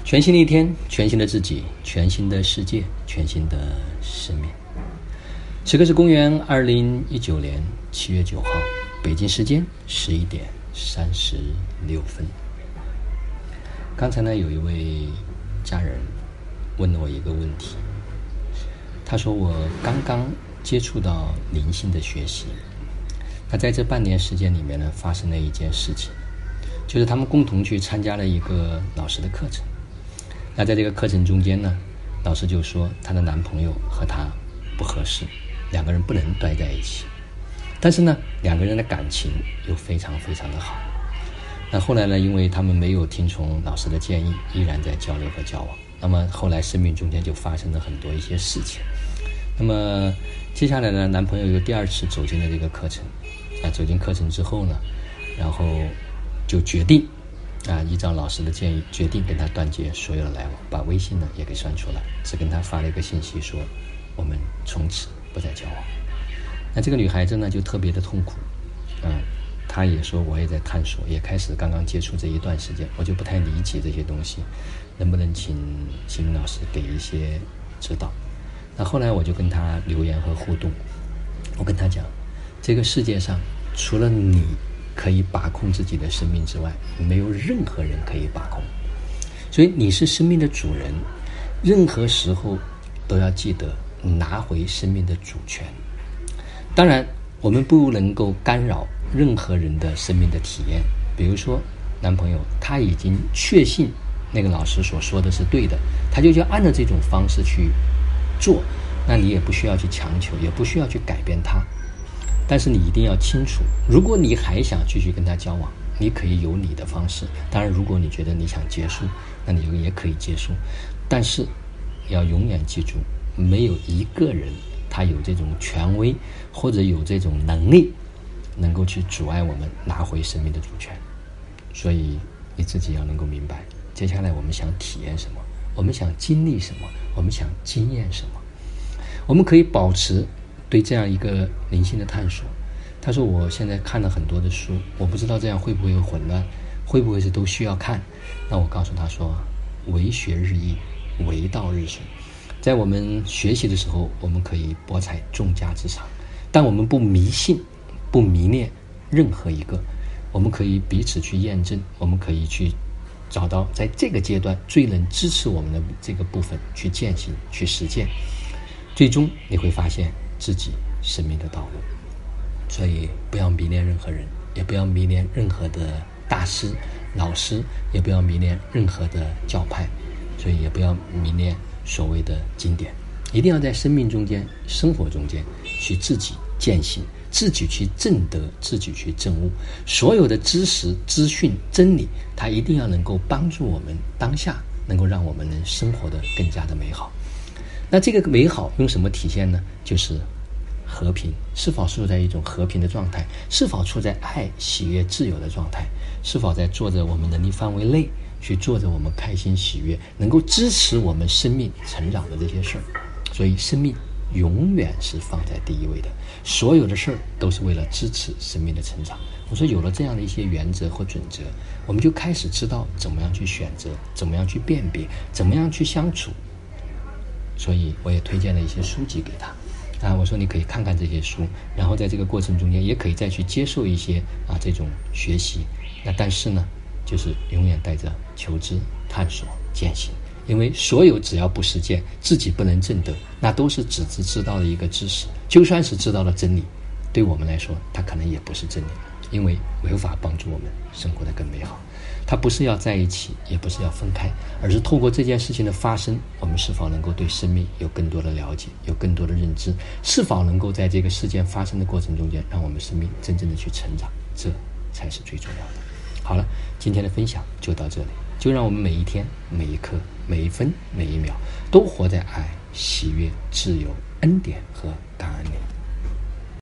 全新的一天，全新的自己，全新的世界，全新的生命。此刻是公元2019年7月9号，北京时间11点36分。刚才呢，有一位家人问了我一个问题，他说我刚刚接触到灵性的学习，那在这半年时间里面呢，发生了一件事情，就是他们共同去参加了一个老师的课程。那在这个课程中间呢，老师就说她的男朋友和她不合适，两个人不能待在一起，但是呢，两个人的感情又非常非常的好。那后来呢，因为他们没有听从老师的建议，依然在交流和交往，那么后来生命中间就发生了很多一些事情。那么接下来呢，男朋友又第二次走进了这个课程，走进课程之后呢，然后就决定依照老师的建议，决定跟他断绝所有的来往，把微信呢也给删出来，只跟他发了一个信息说我们从此不再交往。那这个女孩子呢就特别的痛苦，她也说我也在探索，也开始刚刚接触这一段时间，我就不太理解这些东西，能不能请老师给一些指导。那后来我就跟她留言和互动，我跟她讲，这个世界上除了你可以把控自己的生命之外，没有任何人可以把控，所以你是生命的主人，任何时候都要记得拿回生命的主权。当然我们不能够干扰任何人的生命的体验，比如说男朋友他已经确信那个老师所说的是对的，他就按照这种方式去做，那你也不需要去强求，也不需要去改变他。但是你一定要清楚，如果你还想继续跟他交往，你可以有你的方式，当然如果你觉得你想结束，那你也可以结束，但是要永远记住，没有一个人他有这种权威或者有这种能力能够去阻碍我们拿回生命的主权。所以你自己要能够明白，接下来我们想体验什么，我们想经历什么，我们想经验什么。我们可以保持对这样一个灵性的探索。他说我现在看了很多的书，我不知道这样会不会有混乱，会不会是都需要看。那我告诉他说，为学日益，为道日损。在我们学习的时候，我们可以博采众家之长，但我们不迷信，不迷恋任何一个，我们可以彼此去验证，我们可以去找到在这个阶段最能支持我们的这个部分去践行，去实践，最终你会发现自己生命的道路。所以不要迷恋任何人，也不要迷恋任何的大师老师，也不要迷恋任何的教派，所以也不要迷恋所谓的经典，一定要在生命中间生活中间去自己践行，自己去证得，自己去证悟。所有的知识资讯真理，它一定要能够帮助我们当下能够让我们能生活得更加的美好。那这个美好用什么体现呢？就是和平，是否处在一种和平的状态，是否处在爱喜悦自由的状态，是否在做着我们能力范围内去做着我们开心喜悦能够支持我们生命成长的这些事儿。所以生命永远是放在第一位的，所有的事儿都是为了支持生命的成长。我说有了这样的一些原则或准则，我们就开始知道怎么样去选择，怎么样去辨别，怎么样去相处。所以我也推荐了一些书籍给他我说你可以看看这些书，然后在这个过程中间也可以再去接受一些这种学习。那但是呢，就是永远带着求知、探索、践行，因为所有只要不实践，自己不能证得，那都是只知道的一个知识。就算是知道了真理，对我们来说它可能也不是真理，因为没有法帮助我们生活得更美好。它不是要在一起，也不是要分开，而是透过这件事情的发生，我们是否能够对生命有更多的了解，有更多的认知，是否能够在这个事件发生的过程中间让我们生命真正的去成长，这才是最重要的。好了，今天的分享就到这里，就让我们每一天每一刻每一分每一秒都活在爱喜悦自由恩典和感恩里。